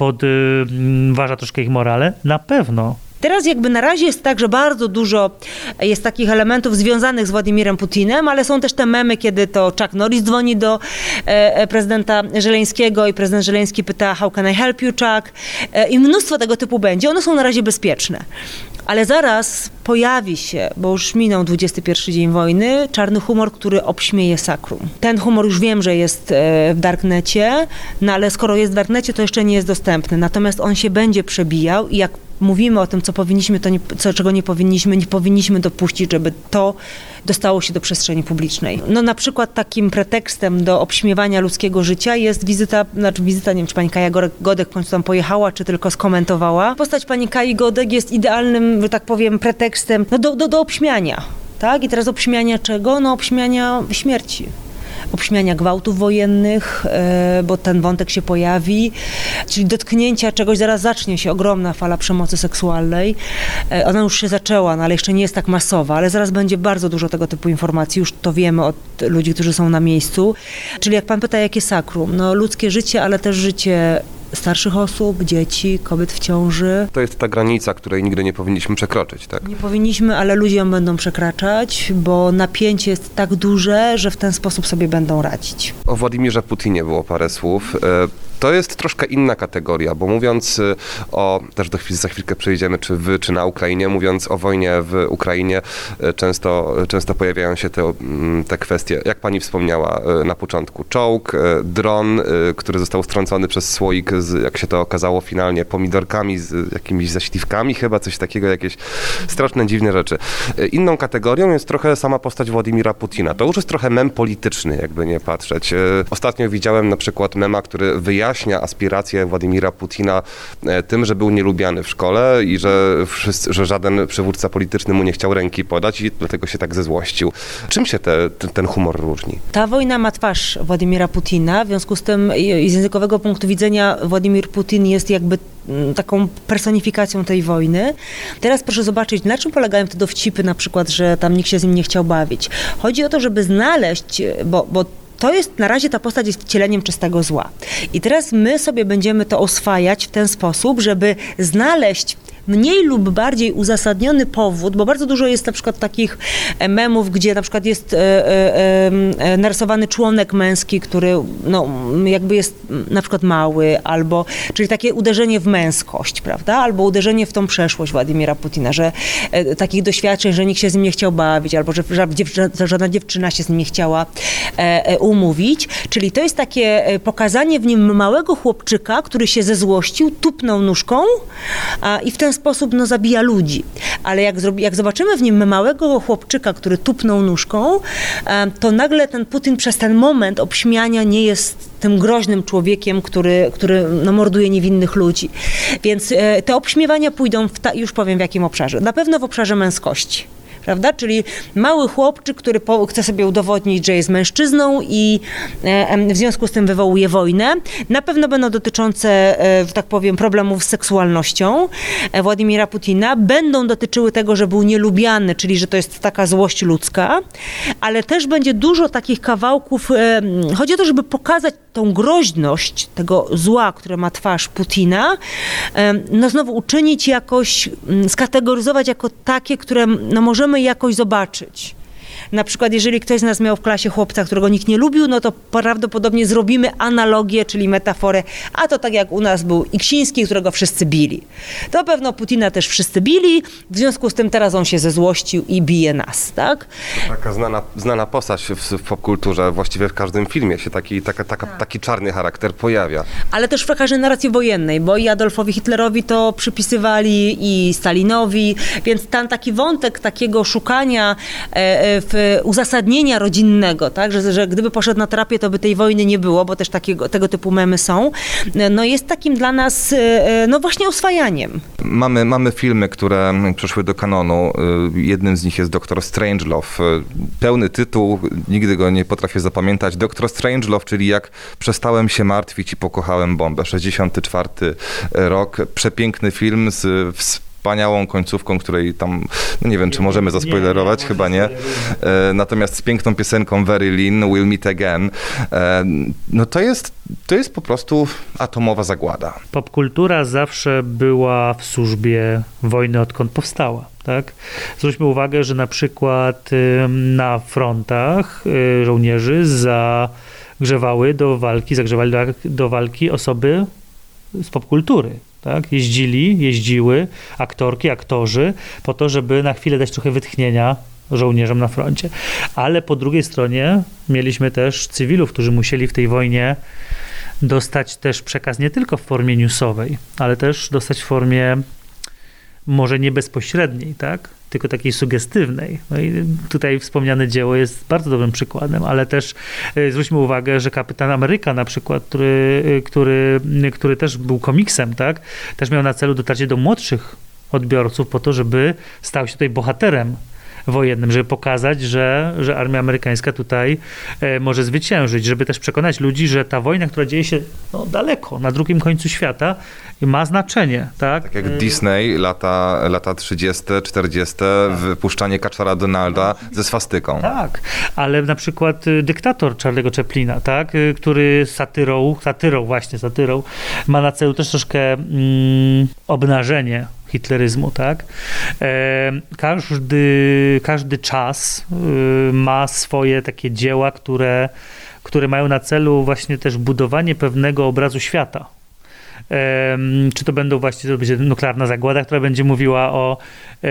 podważa troszkę ich morale? Na pewno. Teraz jakby na razie jest tak, że bardzo dużo jest takich elementów związanych z Władimirem Putinem, ale są też te memy, kiedy to Chuck Norris dzwoni do e, prezydenta Żeleńskiego i prezydent Żeleński pyta how can I help you, Chuck? E, I mnóstwo tego typu będzie. One są na razie bezpieczne. Ale zaraz pojawi się, bo już minął dwudziesty pierwszy dzień wojny, czarny humor, który obśmieje sakrum. Ten humor już wiem, że jest w darknecie, no ale skoro jest w darknecie, to jeszcze nie jest dostępny. Natomiast on się będzie przebijał i jak mówimy o tym, co powinniśmy, to nie, co, czego nie powinniśmy, nie powinniśmy dopuścić, żeby to dostało się do przestrzeni publicznej. No na przykład takim pretekstem do obśmiewania ludzkiego życia jest wizyta, znaczy wizyta, nie wiem, czy pani Kaja Godek w końcu tam pojechała, czy tylko skomentowała. Postać pani Kai Godek jest idealnym, że tak powiem, pretekstem no do, do, do obśmiania, tak? I teraz obśmiania czego? No obśmiania śmierci. Obśmiania gwałtów wojennych, bo ten wątek się pojawi, czyli dotknięcia czegoś, zaraz zacznie się ogromna fala przemocy seksualnej. Ona już się zaczęła, no ale jeszcze nie jest tak masowa, ale zaraz będzie bardzo dużo tego typu informacji, już to wiemy od ludzi, którzy są na miejscu. Czyli jak pan pyta, jakie sakrum? No ludzkie życie, ale też życie starszych osób, dzieci, kobiet w ciąży. To jest ta granica, której nigdy nie powinniśmy przekroczyć, tak? Nie powinniśmy, ale ludzie ją będą przekraczać, bo napięcie jest tak duże, że w ten sposób sobie będą radzić. O Władimirze Putinie było parę słów. To jest troszkę inna kategoria, bo mówiąc o, też do chwili, za chwilkę przejdziemy, czy wy, czy na Ukrainie, mówiąc o wojnie w Ukrainie, często, często pojawiają się te, te kwestie, jak pani wspomniała na początku, czołg, dron, który został strącony przez słoik z, jak się to okazało finalnie, pomidorkami, z jakimiś zaśliwkami chyba, coś takiego, jakieś straszne, dziwne rzeczy. Inną kategorią jest trochę sama postać Władimira Putina. To już jest trochę mem polityczny, jakby nie patrzeć. Ostatnio widziałem na przykład mema, który wyjaśnia aspiracje Władimira Putina tym, że był nielubiany w szkole i że, wszyscy, że żaden przywódca polityczny mu nie chciał ręki podać i dlatego się tak zezłościł. Czym się te, ten, ten humor różni? Ta wojna ma twarz Władimira Putina, w związku z tym z językowego punktu widzenia Władimir Putin jest jakby taką personifikacją tej wojny. Teraz proszę zobaczyć, na czym polegają te dowcipy, na przykład, że tam nikt się z nim nie chciał bawić. Chodzi o to, żeby znaleźć, bo, bo to jest, na razie ta postać jest wcieleniem czystego zła. I teraz my sobie będziemy to oswajać w ten sposób, żeby znaleźć mniej lub bardziej uzasadniony powód, bo bardzo dużo jest na przykład takich memów, gdzie na przykład jest e, e, e, narysowany członek męski, który no, jakby jest na przykład mały, albo, czyli takie uderzenie w męskość, prawda? Albo uderzenie w tą przeszłość Władimira Putina, że e, takich doświadczeń, że nikt się z nim nie chciał bawić, albo że, że, że żadna dziewczyna się z nim nie chciała e, e, umówić. Czyli to jest takie pokazanie w nim małego chłopczyka, który się zezłościł, tupnął nóżką a, i w ten sposób no, zabija ludzi. Ale jak, zrobi, jak zobaczymy w nim małego chłopczyka, który tupnął nóżką, to nagle ten Putin przez ten moment obśmiania nie jest tym groźnym człowiekiem, który, który no, morduje niewinnych ludzi. Więc te obśmiewania pójdą, w ta, już powiem w jakim obszarze. Na pewno w obszarze męskości. Prawda? Czyli mały chłopczyk, który po, chce sobie udowodnić, że jest mężczyzną i e, w związku z tym wywołuje wojnę. Na pewno będą dotyczące, e, że tak powiem, problemów z seksualnością e, Władimira Putina. Będą dotyczyły tego, że był nielubiany, czyli że to jest taka złość ludzka, ale też będzie dużo takich kawałków. E, chodzi o to, żeby pokazać tą groźność tego zła, które ma twarz Putina, e, no znowu uczynić jakoś, skategoryzować jako takie, które no, możemy jakoś zobaczyć. Na przykład, jeżeli ktoś z nas miał w klasie chłopca, którego nikt nie lubił, no to prawdopodobnie zrobimy analogię, czyli metaforę, a to tak jak u nas był Iksiński, którego wszyscy bili. To pewno Putina też wszyscy bili, w związku z tym teraz on się zezłościł i bije nas, tak? Taka znana, znana postać w, w popkulturze, właściwie w każdym filmie się taki, taka, taka, tak. taki czarny charakter pojawia. Ale też w każdej narracji wojennej, bo i Adolfowi Hitlerowi to przypisywali, i Stalinowi, więc tam taki wątek takiego szukania e, w uzasadnienia rodzinnego, tak? Że, że gdyby poszedł na terapię, to by tej wojny nie było, bo też takiego, tego typu memy są. No jest takim dla nas, no właśnie oswajaniem. Mamy, mamy filmy, które przeszły do kanonu. Jednym z nich jest doktor Strangelove. Pełny tytuł, nigdy go nie potrafię zapamiętać. doktor Strangelove, czyli jak przestałem się martwić i pokochałem bombę. sześćdziesiąty czwarty rok. Przepiękny film z wspaniałą końcówką, której tam, no nie wiem, czy możemy zaspoilerować, nie, nie, chyba nie. E, natomiast z piękną piosenką Very Lean, We'll Meet Again. E, no to jest, to jest po prostu atomowa zagłada. Popkultura zawsze była w służbie wojny, odkąd powstała. Tak? Zwróćmy uwagę, że na przykład na frontach żołnierzy zagrzewały do walki, zagrzewali do, do walki osoby z popkultury. Tak? Jeździli, jeździły aktorki, aktorzy po to, żeby na chwilę dać trochę wytchnienia żołnierzom na froncie. Ale po drugiej stronie mieliśmy też cywilów, którzy musieli w tej wojnie dostać też przekaz nie tylko w formie newsowej, ale też dostać w formie może nie bezpośredniej, tak? Tylko takiej sugestywnej. No i tutaj wspomniane dzieło jest bardzo dobrym przykładem, ale też e, zwróćmy uwagę, że Kapitan Ameryka na przykład, który, który, który też był komiksem, tak? Też miał na celu dotarcie do młodszych odbiorców po to, żeby stał się tutaj bohaterem wojennym, żeby pokazać, że, że armia amerykańska tutaj e, może zwyciężyć, żeby też przekonać ludzi, że ta wojna, która dzieje się no, daleko, na drugim końcu świata, ma znaczenie. Tak, tak jak Disney, lata, lata trzydzieste, czterdzieste, tak. Wypuszczanie Kaczora Donalda ze swastyką. Tak, ale na przykład Dyktator Charlie'ego Chaplina, tak, który satyrą, satyrą właśnie, satyrą, ma na celu też troszkę mm, obnażenie hitleryzmu, tak? E, każdy, każdy czas y, ma swoje takie dzieła, które, które mają na celu właśnie też budowanie pewnego obrazu świata. E, czy to będą właśnie, to będzie Nuklearna Zagłada, która będzie mówiła o,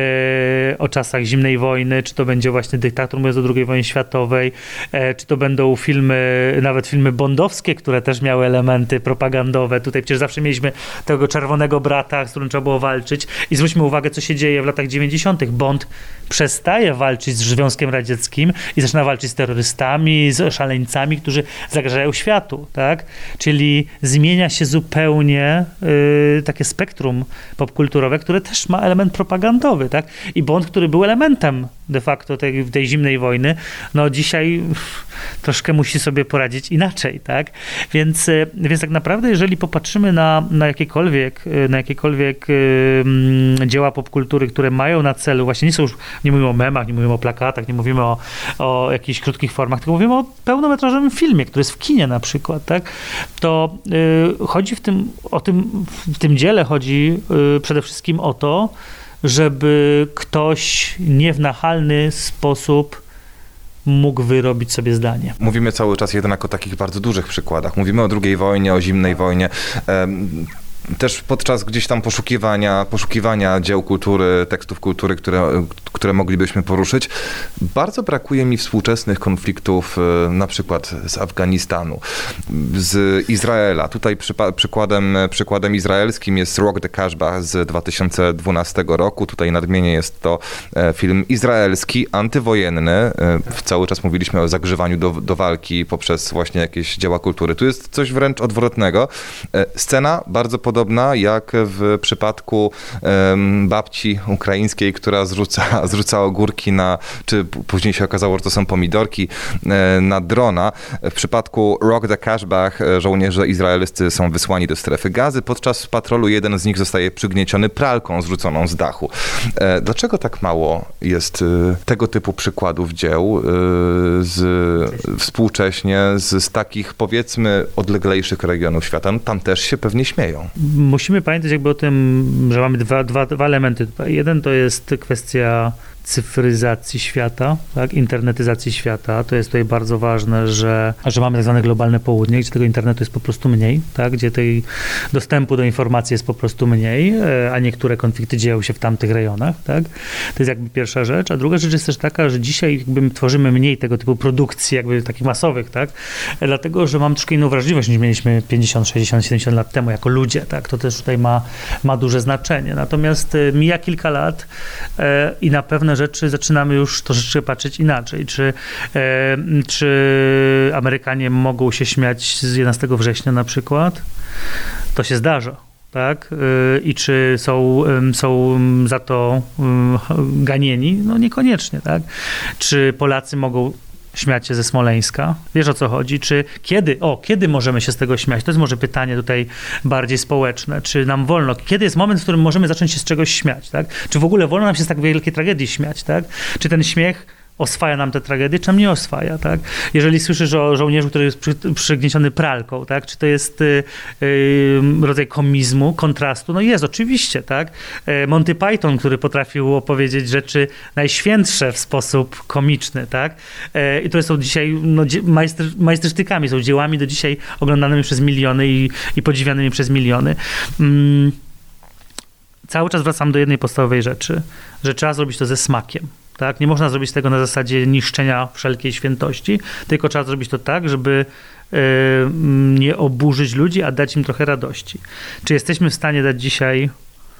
e, o czasach zimnej wojny, czy to będzie właśnie Dyktator mówiąc o drugiej wojnie światowej, e, czy to będą filmy, nawet filmy bondowskie, które też miały elementy propagandowe. Tutaj przecież zawsze mieliśmy tego czerwonego brata, z którym trzeba było walczyć i zwróćmy uwagę, co się dzieje w latach dziewięćdziesiątych. Bond przestaje walczyć z Związkiem Radzieckim i zaczyna walczyć z terrorystami, z szaleńcami, którzy zagrażają światu, tak? Czyli zmienia się zupełnie y, takie spektrum popkulturowe, które też ma element propagandowy, tak? I Bond, który był elementem de facto tej, tej zimnej wojny, no dzisiaj troszkę musi sobie poradzić inaczej, tak? Więc, więc tak naprawdę, jeżeli popatrzymy na, na jakiekolwiek, na jakiekolwiek um, dzieła popkultury, które mają na celu, właśnie nie są już, nie mówimy o memach, nie mówimy o plakatach, nie mówimy o, o jakichś krótkich formach, tylko mówimy o pełnometrażowym filmie, który jest w kinie na przykład, tak? To y, chodzi w tym, o tym, w tym dziele chodzi y, przede wszystkim o to, żeby ktoś nie w nachalny sposób mógł wyrobić sobie zdanie. Mówimy cały czas jednak o takich bardzo dużych przykładach. Mówimy o drugiej wojnie, o zimnej wojnie. Um, Też podczas gdzieś tam poszukiwania, poszukiwania dzieł kultury, tekstów kultury, które, które moglibyśmy poruszyć, bardzo brakuje mi współczesnych konfliktów, na przykład z Afganistanu, z Izraela. Tutaj przypa- przykładem, przykładem izraelskim jest Rock the Kashbah z dwa tysiące dwunastego roku. Tutaj nadmienię, jest to film izraelski, antywojenny. Cały czas mówiliśmy o zagrzewaniu do, do walki poprzez właśnie jakieś dzieła kultury. Tu jest coś wręcz odwrotnego. Scena bardzo podobna Podobna jak w przypadku um, babci ukraińskiej, która zrzuca, zrzuca ogórki na, czy później się okazało, że to są pomidorki, e, na drona. W przypadku Rock the Kashbah żołnierze izraelscy są wysłani do strefy Gazy. Podczas patrolu jeden z nich zostaje przygnieciony pralką zrzuconą z dachu. E, dlaczego tak mało jest e, tego typu przykładów dzieł e, z, współcześnie z, z takich, powiedzmy, odleglejszych regionów świata? No, tam też się pewnie śmieją. Musimy pamiętać jakby o tym, że mamy dwa, dwa, dwa elementy. Jeden to jest kwestia cyfryzacji świata, tak, internetyzacji świata. To jest tutaj bardzo ważne, że, że mamy tak zwane globalne południe, gdzie tego internetu jest po prostu mniej, tak, gdzie tej dostępu do informacji jest po prostu mniej, a niektóre konflikty dzieją się w tamtych rejonach, tak. To jest jakby pierwsza rzecz. A druga rzecz jest też taka, że dzisiaj jakby tworzymy mniej tego typu produkcji, jakby takich masowych, tak, dlatego, że mam troszkę inną wrażliwość niż mieliśmy pięćdziesiąt, sześćdziesiąt, siedemdziesiąt lat temu jako ludzie, tak. To też tutaj ma, ma duże znaczenie. Natomiast mija kilka lat e, i na pewne rzeczy zaczynamy już troszeczkę patrzeć inaczej. Czy, e, czy Amerykanie mogą się śmiać z jedenastego września na przykład? To się zdarza. Tak? I czy są, są za to ganieni? No niekoniecznie. Tak? Czy Polacy mogą śmiać się ze Smoleńska? Wiesz, o co chodzi? Czy kiedy, o, kiedy możemy się z tego śmiać? To jest może pytanie tutaj bardziej społeczne. Czy nam wolno? Kiedy jest moment, w którym możemy zacząć się z czegoś śmiać? Tak? Czy w ogóle wolno nam się z tak wielkiej tragedii śmiać? Tak? Czy ten śmiech oswaja nam tę tragedię, czy nam nie oswaja, tak? Jeżeli słyszysz o żołnierzu, który jest przy, przygnieciony pralką, tak? Czy to jest y, y, rodzaj komizmu, kontrastu? No jest, oczywiście, tak? Monty Python, który potrafił opowiedzieć rzeczy najświętsze w sposób komiczny, tak? Y, I to są dzisiaj no, majster, majstersztykami, są dziełami do dzisiaj oglądanymi przez miliony i, i podziwianymi przez miliony. Mm. Cały czas wracam do jednej podstawowej rzeczy, że trzeba zrobić to ze smakiem. Tak? Nie można zrobić tego na zasadzie niszczenia wszelkiej świętości, tylko trzeba zrobić to tak, żeby y, nie oburzyć ludzi, a dać im trochę radości. Czy jesteśmy w stanie dać dzisiaj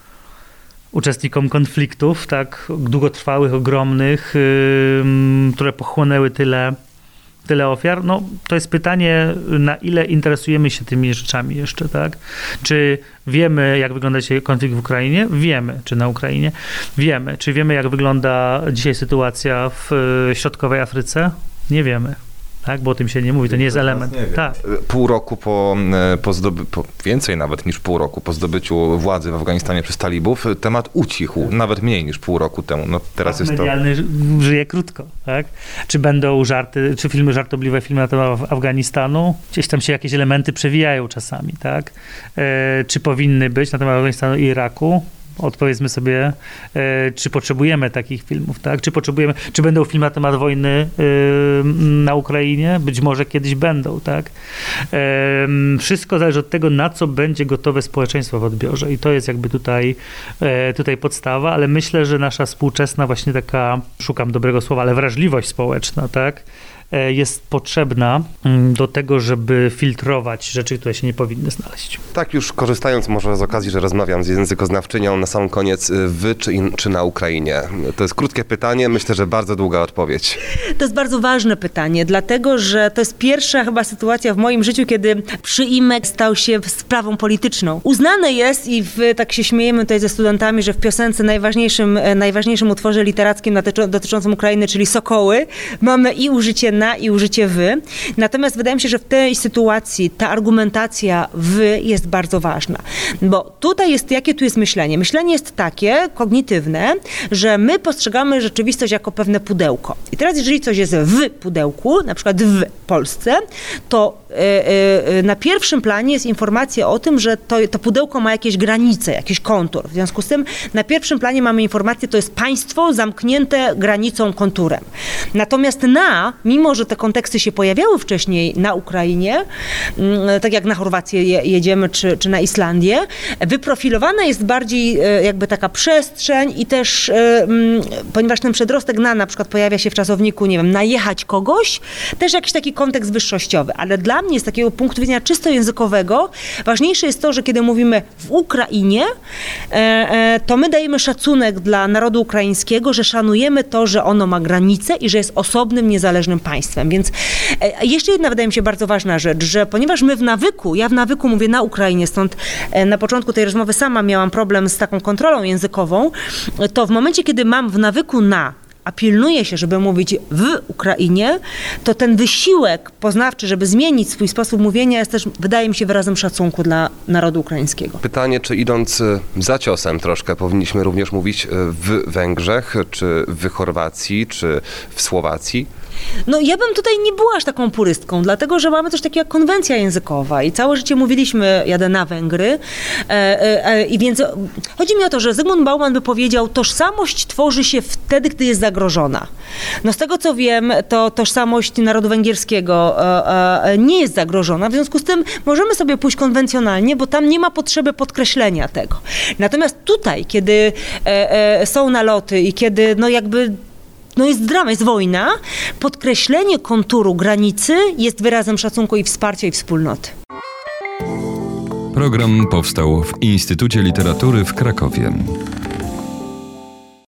uczestnikom konfliktów, tak, długotrwałych, ogromnych, y, które pochłonęły tyle, tyle ofiar? No, to jest pytanie, na ile interesujemy się tymi rzeczami jeszcze, tak? Czy wiemy, jak wygląda dzisiaj konflikt w Ukrainie? Wiemy. Czy na Ukrainie? Wiemy. Czy wiemy, jak wygląda dzisiaj sytuacja w środkowej Afryce? Nie wiemy. Tak, bo o tym się nie mówi, to nie jest element. Nie tak. Pół roku po, po, zdoby, po więcej nawet niż pół roku po zdobyciu władzy w Afganistanie przez talibów, temat ucichł, nawet mniej niż pół roku temu. No, teraz jest medialny to... żyje krótko, tak? Czy będą żarty, czy filmy żartobliwe, filmy na temat Afganistanu? Gdzieś tam się jakieś elementy przewijają czasami, tak? E, czy powinny być na temat Afganistanu i Iraku? Odpowiedzmy sobie, e, czy potrzebujemy takich filmów, tak? Czy potrzebujemy, czy będą filmy na temat wojny e, na Ukrainie? Być może kiedyś będą, tak? E, wszystko zależy od tego, na co będzie gotowe społeczeństwo w odbiorze i to jest jakby tutaj, e, tutaj podstawa, ale myślę, że nasza współczesna właśnie taka, szukam dobrego słowa, ale wrażliwość społeczna, tak? Jest potrzebna do tego, żeby filtrować rzeczy, które się nie powinny znaleźć. Tak, już korzystając może z okazji, że rozmawiam z językoznawczynią, na sam koniec, wy czy, in, czy na Ukrainie? To jest krótkie pytanie, myślę, że bardzo długa odpowiedź. To jest bardzo ważne pytanie, dlatego, że to jest pierwsza chyba sytuacja w moim życiu, kiedy przyimek stał się sprawą polityczną. Uznane jest i w, tak się śmiejemy tutaj ze studentami, że w piosence najważniejszym, najważniejszym utworze literackim dotyczącym Ukrainy, czyli Sokoły, mamy i użycie na i użycie wy. Natomiast wydaje mi się, że w tej sytuacji ta argumentacja wy jest bardzo ważna. Bo tutaj jest, jakie tu jest myślenie? Myślenie jest takie, kognitywne, że my postrzegamy rzeczywistość jako pewne pudełko. I teraz jeżeli coś jest w pudełku, na przykład w Polsce, to yy, yy, na pierwszym planie jest informacja o tym, że to, to pudełko ma jakieś granice, jakiś kontur. W związku z tym na pierwszym planie mamy informację, to jest państwo zamknięte granicą, konturem. Natomiast na, mimo że te konteksty się pojawiały wcześniej na Ukrainie, tak jak na Chorwację jedziemy, czy, czy na Islandię, wyprofilowana jest bardziej jakby taka przestrzeń i też, ponieważ ten przedrostek na na przykład pojawia się w czasowniku, nie wiem, najechać kogoś, też jakiś taki kontekst wyższościowy, ale dla mnie z takiego punktu widzenia czysto językowego ważniejsze jest to, że kiedy mówimy w Ukrainie, to my dajemy szacunek dla narodu ukraińskiego, że szanujemy to, że ono ma granice i że jest osobnym, niezależnym państwem. Więc jeszcze jedna wydaje mi się bardzo ważna rzecz, że ponieważ my w nawyku, ja w nawyku mówię na Ukrainie, stąd na początku tej rozmowy sama miałam problem z taką kontrolą językową, to w momencie, kiedy mam w nawyku na, a pilnuje się, żeby mówić w Ukrainie, to ten wysiłek poznawczy, żeby zmienić swój sposób mówienia, jest też, wydaje mi się, wyrazem szacunku dla narodu ukraińskiego. Pytanie, czy idąc za ciosem troszkę, powinniśmy również mówić w Węgrzech, czy w Chorwacji, czy w Słowacji? No ja bym tutaj nie była aż taką purystką, dlatego, że mamy też taka konwencja językowa i całe życie mówiliśmy, jadę na Węgry e, e, i więc chodzi mi o to, że Zygmunt Bauman by powiedział, tożsamość tworzy się wtedy, gdy jest zagrożona. No z tego, co wiem, to tożsamość narodu węgierskiego e, e, nie jest zagrożona, w związku z tym możemy sobie pójść konwencjonalnie, bo tam nie ma potrzeby podkreślenia tego. Natomiast tutaj, kiedy e, e, są naloty i kiedy no jakby no jest drama, jest wojna, podkreślenie konturu granicy jest wyrazem szacunku i wsparcia i wspólnoty. Program powstał w Instytucie Literatury w Krakowie.